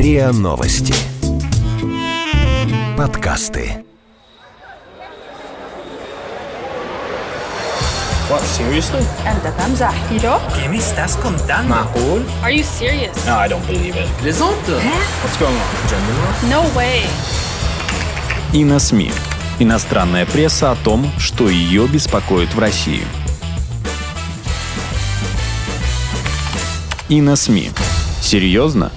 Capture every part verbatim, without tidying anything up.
РИА Новости. Подкасты. What, seriously? أنت تمزح. Yo? ¿Qué me estás contando? معقول? Are you serious? No, I don't believe it. Plaisante? What's going on? Gender? No way. Иносми. Иностранная пресса о том, что ее беспокоит в России. Иносми. Серьезно?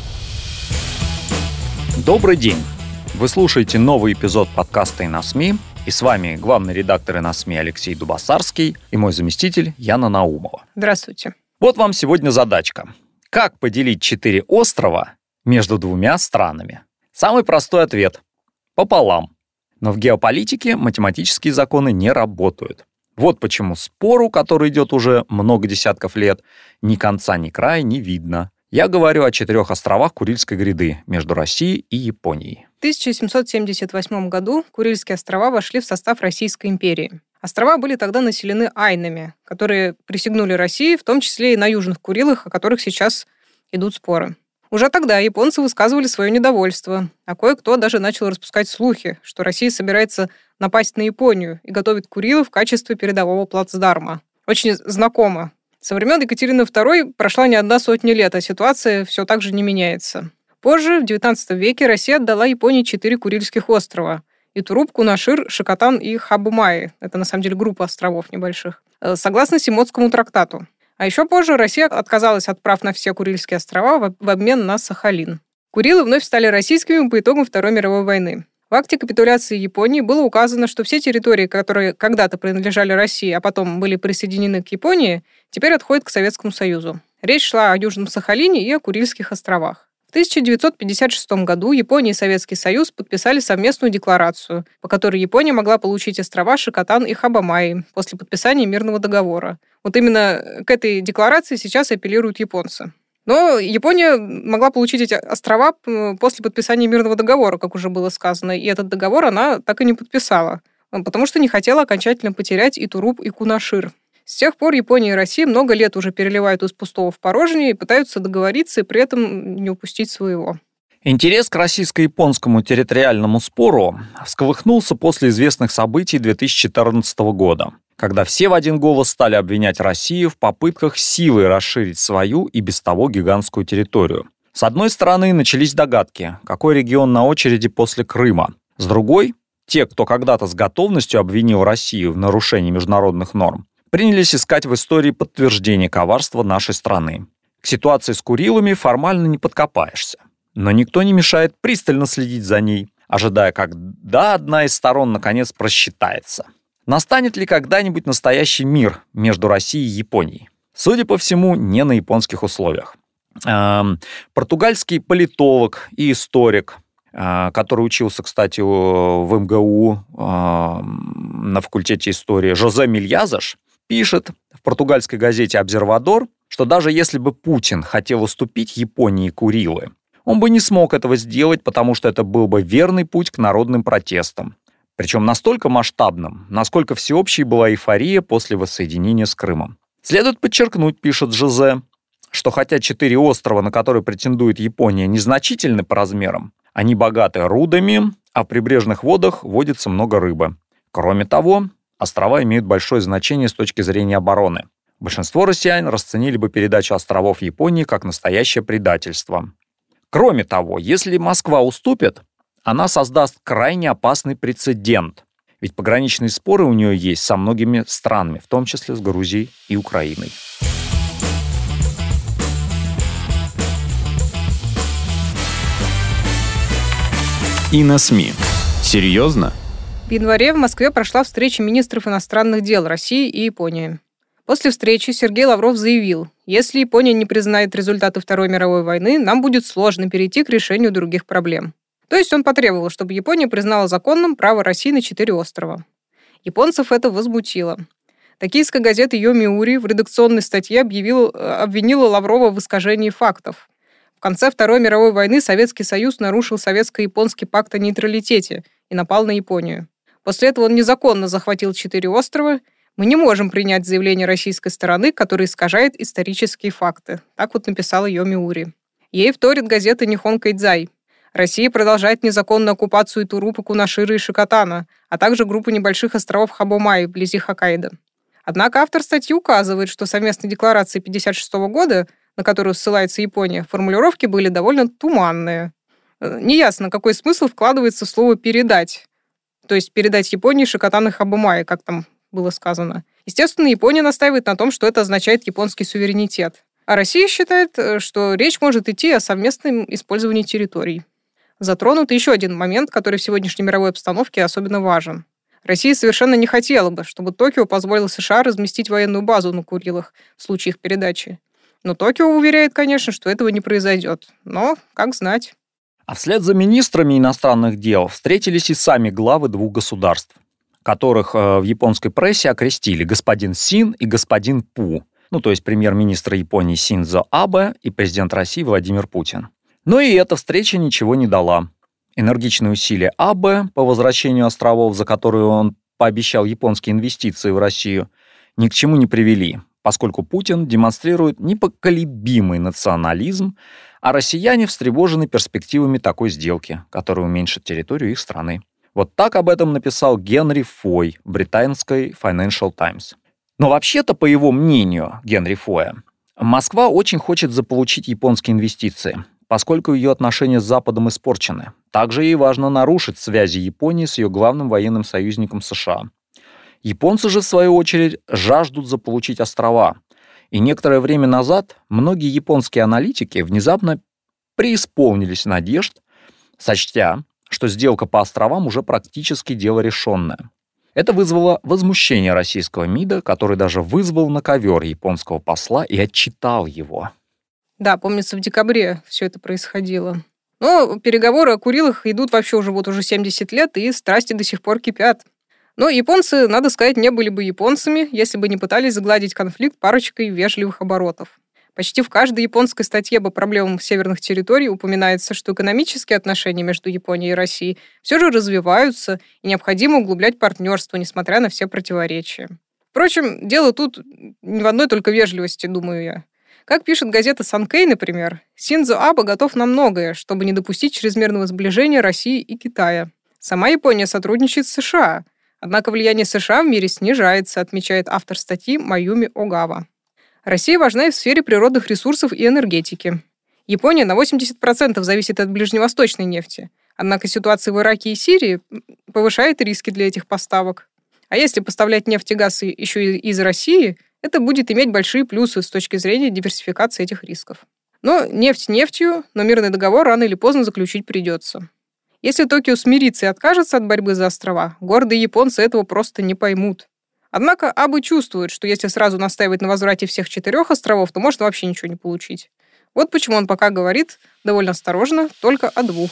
Добрый день! Вы слушаете новый эпизод подкаста «Иносми», и с вами главный редактор «Иносми» Алексей Дубасарский и мой заместитель Яна Наумова. Здравствуйте. Вот вам сегодня задачка. Как поделить четыре острова между двумя странами? Самый простой ответ – пополам. Но в геополитике математические законы не работают. Вот почему спору, который идет уже много десятков лет, ни конца, ни края не видно. Я говорю о четырех островах Курильской гряды между Россией и Японией. В тысяча семьсот семьдесят восьмом году Курильские острова вошли в состав Российской империи. Острова были тогда населены айнами, которые присягнули России, в том числе и на Южных Курилах, о которых сейчас идут споры. Уже тогда японцы высказывали свое недовольство, а кое-кто даже начал распускать слухи, что Россия собирается напасть на Японию и готовит Курилы в качестве передового плацдарма. Очень знакомо. Со времен Екатерины Второй прошла не одна сотня лет, а ситуация все так же не меняется. Позже, в девятнадцатом веке, Россия отдала Японии четыре Курильских острова – Итуруп, Кунашир, Шикотан и Хабумаи. Это, на самом деле, группа островов небольших. Согласно Симотскому трактату. А еще позже Россия отказалась от прав на все Курильские острова в обмен на Сахалин. Курилы вновь стали российскими по итогам Второй мировой войны. В акте капитуляции Японии было указано, что все территории, которые когда-то принадлежали России, а потом были присоединены к Японии, теперь отходят к Советскому Союзу. Речь шла о Южном Сахалине и о Курильских островах. В тысяча девятьсот пятьдесят шестом году Япония и Советский Союз подписали совместную декларацию, по которой Япония могла получить острова Шикотан и Хабумаи после подписания мирного договора. Вот именно к этой декларации сейчас апеллируют японцы. Но Япония могла получить эти острова после подписания мирного договора, как уже было сказано, и этот договор она так и не подписала, потому что не хотела окончательно потерять Итуруп и Кунашир. С тех пор Япония и Россия много лет уже переливают из пустого в порожнее и пытаются договориться и при этом не упустить своего. Интерес к российско-японскому территориальному спору всколыхнулся после известных событий две тысячи четырнадцатого года, когда все в один голос стали обвинять Россию в попытках силой расширить свою и без того гигантскую территорию. С одной стороны, начались догадки, какой регион на очереди после Крыма. С другой, те, кто когда-то с готовностью обвинил Россию в нарушении международных норм, принялись искать в истории подтверждение коварства нашей страны. К ситуации с Курилами формально не подкопаешься. Но никто не мешает пристально следить за ней, ожидая, когда одна из сторон наконец просчитается. Настанет ли когда-нибудь настоящий мир между Россией и Японией? Судя по всему, не на японских условиях. Эм, португальский политолог и историк, э, который учился, кстати, в эм гэ у э, на факультете истории, Жозе Мильязаш, пишет в португальской газете «Обсервадор», что даже если бы Путин хотел уступить Японии Курилы, он бы не смог этого сделать, потому что это был бы верный путь к народным протестам. Причем настолько масштабным, насколько всеобщей была эйфория после воссоединения с Крымом. Следует подчеркнуть, пишет Жозе, что хотя четыре острова, на которые претендует Япония, незначительны по размерам, они богаты рудами, а в прибрежных водах водится много рыбы. Кроме того, острова имеют большое значение с точки зрения обороны. Большинство россиян расценили бы передачу островов Японии как настоящее предательство. Кроме того, если Москва уступит, она создаст крайне опасный прецедент. Ведь пограничные споры у нее есть со многими странами, в том числе с Грузией и Украиной. Иносми. Серьезно? В январе в Москве прошла встреча министров иностранных дел России и Японии. После встречи Сергей Лавров заявил, если Япония не признает результаты Второй мировой войны, нам будет сложно перейти к решению других проблем. То есть он потребовал, чтобы Япония признала законным право России на четыре острова. Японцев это возмутило. Токийская газета Йомиури в редакционной статье объявила, обвинила Лаврова в искажении фактов. В конце Второй мировой войны Советский Союз нарушил советско-японский пакт о нейтралитете и напал на Японию. После этого он незаконно захватил четыре острова. Мы не можем принять заявление российской стороны, которое искажает исторические факты. Так вот написала Йомиури. Ей вторит газета «Нихон Кэйдзай». Россия продолжает незаконную оккупацию Турупы, Кунаширы и Шикотана, а также группу небольших островов Хабомаи вблизи Хоккайдо. Однако автор статьи указывает, что совместной декларации пятьдесят шестого года, на которую ссылается Япония, формулировки были довольно туманные. Неясно, какой смысл вкладывается в слово «передать». То есть передать Японии Шикотан и Хабомаи, как там было сказано. Естественно, Япония настаивает на том, что это означает японский суверенитет. А Россия считает, что речь может идти о совместном использовании территорий. Затронут еще один момент, который в сегодняшней мировой обстановке особенно важен. Россия совершенно не хотела бы, чтобы Токио позволило США разместить военную базу на Курилах в случае их передачи. Но Токио уверяет, конечно, что этого не произойдет. Но как знать. А вслед за министрами иностранных дел встретились и сами главы двух государств, которых в японской прессе окрестили господин Син и господин Пу. Ну, то есть премьер-министр Японии Синдзо Абе и президент России Владимир Путин. Но и эта встреча ничего не дала. Энергичные усилия Абе по возвращению островов, за которые он пообещал японские инвестиции в Россию, ни к чему не привели, поскольку Путин демонстрирует непоколебимый национализм, а россияне встревожены перспективами такой сделки, которая уменьшит территорию их страны. Вот так об этом написал Генри Фой в британской Financial Times. Но вообще-то, по его мнению, Генри Фоя, Москва очень хочет заполучить японские инвестиции, поскольку ее отношения с Западом испорчены. Также ей важно нарушить связи Японии с ее главным военным союзником США. Японцы же, в свою очередь, жаждут заполучить острова. И некоторое время назад многие японские аналитики внезапно преисполнились надежд, сочтя, что сделка по островам уже практически дело решенное. Это вызвало возмущение российского МИДа, который даже вызвал на ковер японского посла и отчитал его. Да, помнится, в декабре все это происходило. Но переговоры о Курилах идут вообще уже вот уже семьдесят лет, и страсти до сих пор кипят. Но японцы, надо сказать, не были бы японцами, если бы не пытались загладить конфликт парочкой вежливых оборотов. Почти в каждой японской статье по проблемам северных территорий упоминается, что экономические отношения между Японией и Россией все же развиваются, и необходимо углублять партнерство, несмотря на все противоречия. Впрочем, дело тут не в одной только вежливости, думаю я. Как пишет газета «Санкей», например, Синдзо Абе готов на многое, чтобы не допустить чрезмерного сближения России и Китая. Сама Япония сотрудничает с США, однако влияние США в мире снижается, отмечает автор статьи Майюми Огава. Россия важна и в сфере природных ресурсов и энергетики. Япония на восемьдесят процентов зависит от ближневосточной нефти, однако ситуация в Ираке и Сирии повышает риски для этих поставок. А если поставлять нефть и газ еще и из России, это будет иметь большие плюсы с точки зрения диверсификации этих рисков. Но нефть нефтью, но мирный договор рано или поздно заключить придется. Если Токио смирится и откажется от борьбы за острова, гордые японцы этого просто не поймут. Однако Абе чувствует, что если сразу настаивать на возврате всех четырех островов, то можно вообще ничего не получить. Вот почему он пока говорит довольно осторожно только о двух.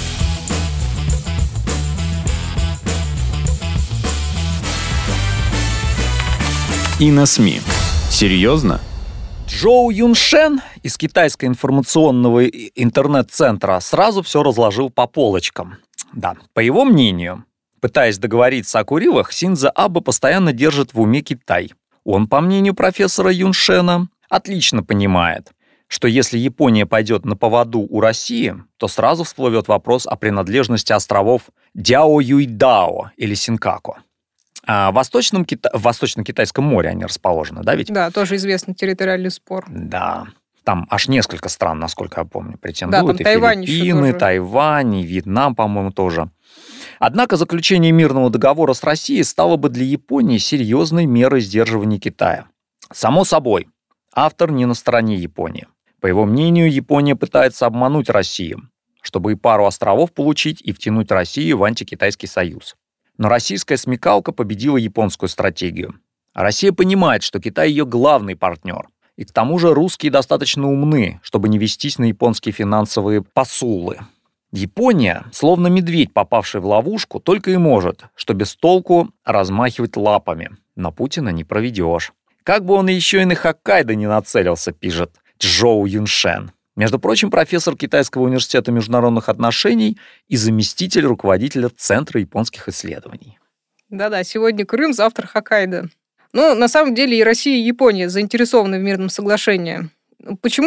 И на СМИ. Серьезно? Джоу Юншен из китайского информационного интернет-центра сразу все разложил по полочкам. Да, по его мнению, пытаясь договориться о Курилах, Синдзо Абе постоянно держит в уме Китай. Он, по мнению профессора Юншена, отлично понимает, что если Япония пойдет на поводу у России, то сразу всплывет вопрос о принадлежности островов Дяо-Юйдао или Синкаку. А в Восточном, Кита... в Восточно-Китайском море они расположены, да ведь? Да, тоже известный территориальный спор. Да. Там аж несколько стран, насколько я помню, претендуют. Да, там и Тайвань Филиппины, еще тоже. Тайвань, и Вьетнам, по-моему, тоже. Однако заключение мирного договора с Россией стало бы для Японии серьезной мерой сдерживания Китая. Само собой, автор не на стороне Японии. По его мнению, Япония пытается обмануть Россию, чтобы и пару островов получить и втянуть Россию в антикитайский союз. Но российская смекалка победила японскую стратегию. Россия понимает, что Китай ее главный партнер. И к тому же русские достаточно умны, чтобы не вестись на японские финансовые посулы. Япония, словно медведь, попавший в ловушку, только и может, что без толку размахивать лапами. Но Путина не проведешь. Как бы он еще и на Хоккайдо не нацелился, пишет Джоу Юншен. Между прочим, профессор Китайского университета международных отношений и заместитель руководителя Центра японских исследований. Да-да, сегодня Крым, завтра Хоккайдо. Но на самом деле и Россия, и Япония заинтересованы в мирном соглашении. Почему же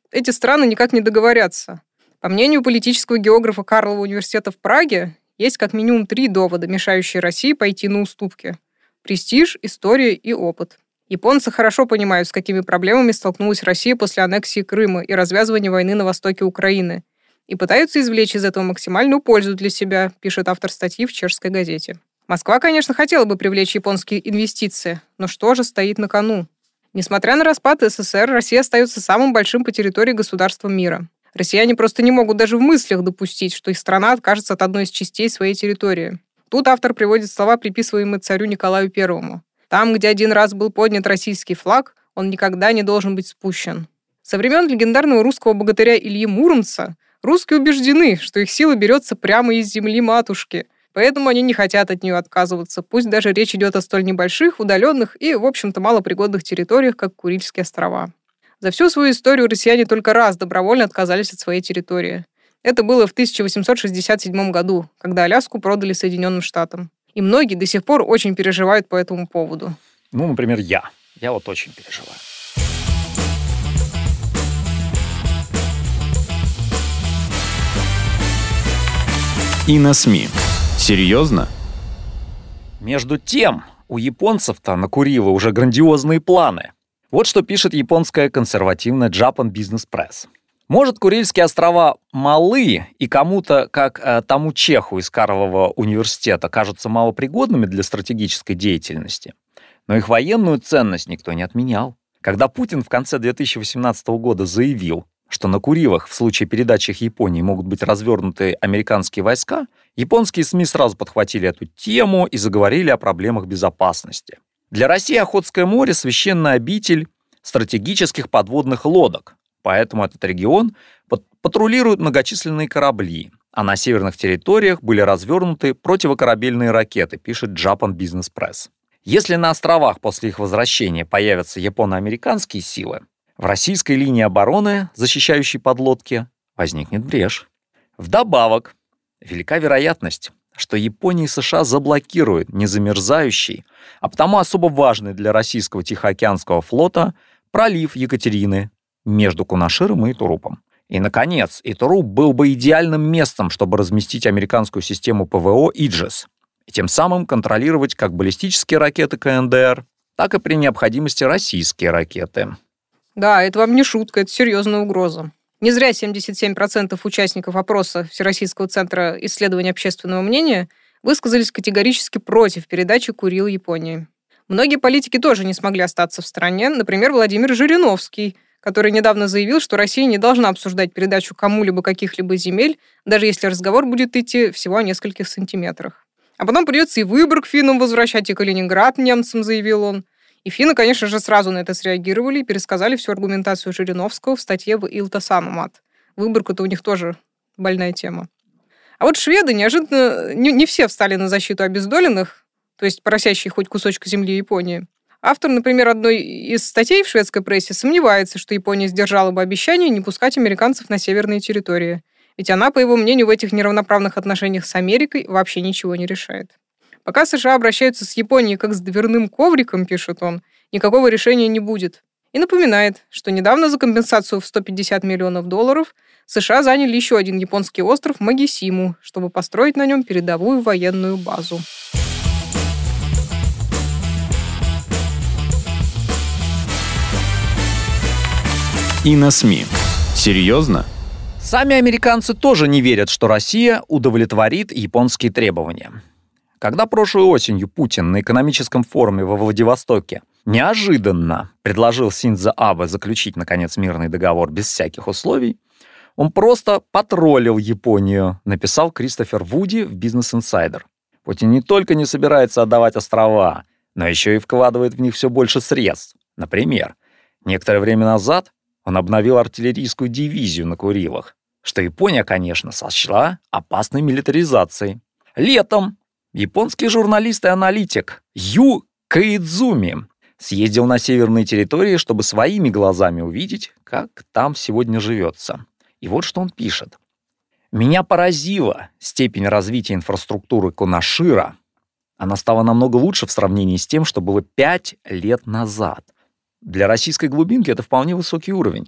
эти страны никак не договорятся. По мнению политического географа Карлова университета в Праге, есть как минимум три довода, мешающие России пойти на уступки. Престиж, история и опыт. Японцы хорошо понимают, с какими проблемами столкнулась Россия после аннексии Крыма и развязывания войны на востоке Украины, и пытаются извлечь из этого максимальную пользу для себя, пишет автор статьи в чешской газете. Москва, конечно, хотела бы привлечь японские инвестиции, но что же стоит на кону? Несмотря на распад СССР, Россия остается самым большим по территории государством мира. Россияне просто не могут даже в мыслях допустить, что их страна откажется от одной из частей своей территории. Тут автор приводит слова, приписываемые царю Николаю Первому. Там, где один раз был поднят российский флаг, он никогда не должен быть спущен. Со времен легендарного русского богатыря Ильи Муромца русские убеждены, что их сила берется прямо из земли матушки, поэтому они не хотят от нее отказываться, пусть даже речь идет о столь небольших, удаленных и, в общем-то, малопригодных территориях, как Курильские острова. За всю свою историю россияне только раз добровольно отказались от своей территории. Это было в тысяча восемьсот шестьдесят седьмом году, когда Аляску продали Соединенным Штатам. И многие до сих пор очень переживают по этому поводу. Ну, например, я. Я вот очень переживаю. И на СМИ. Серьезно? Между тем, у японцев-то на Курилы уже грандиозные планы. Вот что пишет японская консервативная Japan Business Press. Может, Курильские острова малы и кому-то, как э, тому чеху из Карлова университета, кажутся малопригодными для стратегической деятельности, но их военную ценность никто не отменял. Когда Путин в конце две тысячи восемнадцатого года заявил, что на Курилах в случае передачи их Японии могут быть развернуты американские войска, японские СМИ сразу подхватили эту тему и заговорили о проблемах безопасности. Для России Охотское море — священная обитель стратегических подводных лодок, поэтому этот регион патрулируют многочисленные корабли, а на северных территориях были развернуты противокорабельные ракеты, пишет Japan Business Press. Если на островах после их возвращения появятся японо-американские силы, в российской линии обороны, защищающей подлодки, возникнет брешь. Вдобавок, велика вероятность, что Япония и США заблокируют незамерзающий, а потому особо важный для российского Тихоокеанского флота пролив Екатерины между Кунаширом и Итурупом. И, наконец, Итуруп был бы идеальным местом, чтобы разместить американскую систему ПВО «Иджес» и тем самым контролировать как баллистические ракеты КНДР, так и при необходимости российские ракеты. Да, это вам не шутка, это серьезная угроза. Не зря семьдесят семь процентов участников опроса Всероссийского центра исследования общественного мнения высказались категорически против передачи Курил Японии. Многие политики тоже не смогли остаться в стороне. Например, Владимир Жириновский, который недавно заявил, что Россия не должна обсуждать передачу кому-либо каких-либо земель, даже если разговор будет идти всего о нескольких сантиметрах. А потом придется и Выборг финнам возвращать, и Калининград немцам, заявил он. И финны, конечно же, сразу на это среагировали и пересказали всю аргументацию Жириновского в статье в Илта-Саномат. Выборг — это у них тоже больная тема. А вот шведы неожиданно не, не все встали на защиту обездоленных, то есть просящие хоть кусочка земли Японии. Автор, например, одной из статей в шведской прессе сомневается, что Япония сдержала бы обещание не пускать американцев на северные территории. Ведь она, по его мнению, в этих неравноправных отношениях с Америкой вообще ничего не решает. Пока США обращаются с Японией как с дверным ковриком, пишет он, никакого решения не будет. И напоминает, что недавно за компенсацию в сто пятьдесят миллионов долларов США заняли еще один японский остров Магисиму, чтобы построить на нем передовую военную базу. И на СМИ. Серьезно? Сами американцы тоже не верят, что Россия удовлетворит японские требования. Когда прошлой осенью Путин на экономическом форуме во Владивостоке неожиданно предложил Синдзо Абе заключить, наконец, мирный договор без всяких условий, он просто потроллил Японию, написал Кристофер Вуди в Business Insider. Путин не только не собирается отдавать острова, но еще и вкладывает в них все больше средств. Например, некоторое время назад он обновил артиллерийскую дивизию на Курилах, что Япония, конечно, сочла опасной милитаризацией. Летом японский журналист и аналитик Ю Каидзуми съездил на северные территории, чтобы своими глазами увидеть, как там сегодня живется. И вот что он пишет. «Меня поразила степень развития инфраструктуры Кунашира. Она стала намного лучше в сравнении с тем, что было пять лет назад. Для российской глубинки это вполне высокий уровень.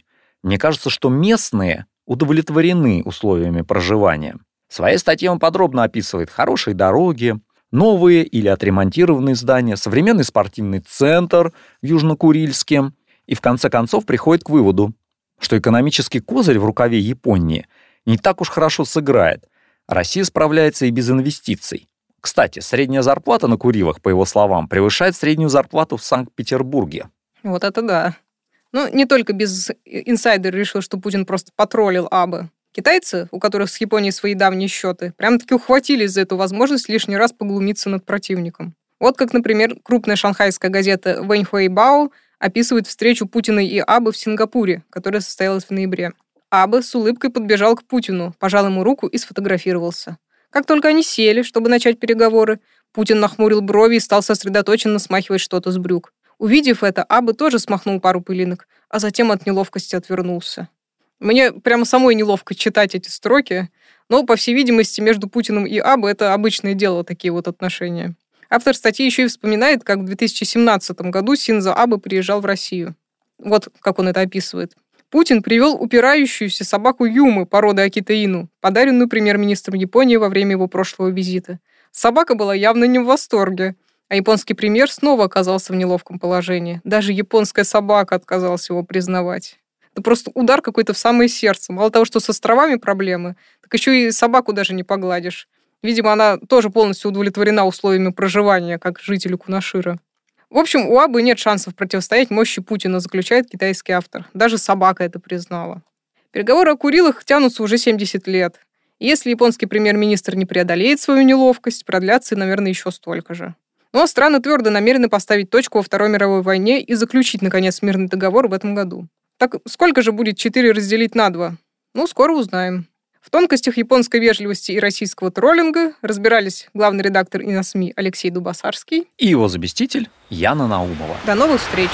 Мне кажется, что местные удовлетворены условиями проживания. В своей статье он подробно описывает хорошие дороги, новые или отремонтированные здания, современный спортивный центр в Южно-Курильске и в конце концов приходит к выводу, что экономический козырь в рукаве Японии не так уж хорошо сыграет. Россия справляется и без инвестиций. Кстати, средняя зарплата на Курилах, по его словам, превышает среднюю зарплату в Санкт-Петербурге. Вот это да. Ну, не только бизнес-инсайдер решил, что Путин просто потроллил Абе. Китайцы, у которых с Японией свои давние счеты, прям-таки ухватились за эту возможность лишний раз поглумиться над противником. Вот как, например, крупная шанхайская газета Вэньхуэйбао описывает встречу Путина и Абе в Сингапуре, которая состоялась в ноябре. Абе с улыбкой подбежал к Путину, пожал ему руку и сфотографировался. Как только они сели, чтобы начать переговоры, Путин нахмурил брови и стал сосредоточенно смахивать что-то с брюк. Увидев это, Абе тоже смахнул пару пылинок, а затем от неловкости отвернулся. Мне прямо самой неловко читать эти строки, но, по всей видимости, между Путиным и Абе это обычное дело, такие вот отношения. Автор статьи еще и вспоминает, как в две тысячи семнадцатом году Синдзо Абе приезжал в Россию. Вот как он это описывает. Путин привел упирающуюся собаку Юмы породы Акита-Ину, подаренную премьер-министром Японии во время его прошлого визита. Собака была явно не в восторге, а японский премьер снова оказался в неловком положении. Даже японская собака отказалась его признавать. Это просто удар какой-то в самое сердце. Мало того, что с островами проблемы, так еще и собаку даже не погладишь. Видимо, она тоже полностью удовлетворена условиями проживания, как жителю Кунашира. В общем, у Абе нет шансов противостоять мощи Путина, заключает китайский автор. Даже собака это признала. Переговоры о Курилах тянутся уже семьдесят лет. И если японский премьер-министр не преодолеет свою неловкость, продлятся, наверное, еще столько же. Но страны твердо намерены поставить точку во Второй мировой войне и заключить, наконец, мирный договор в этом году. Так сколько же будет четыре разделить на два? Ну, скоро узнаем. В тонкостях японской вежливости и российского троллинга разбирались главный редактор Иносми Алексей Дубасарский и его заместитель Яна Наумова. До новых встреч!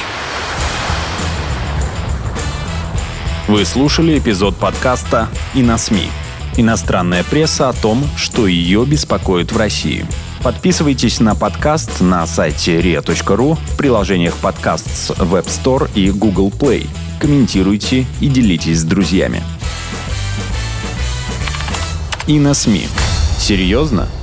Вы слушали эпизод подкаста «Иносми». Иностранная пресса о том, что ее беспокоит в России. Подписывайтесь на подкаст на сайте риа точка ру, в приложениях подкаст с Web Store и Google Play. Комментируйте и делитесь с друзьями. Иносми. Серьезно?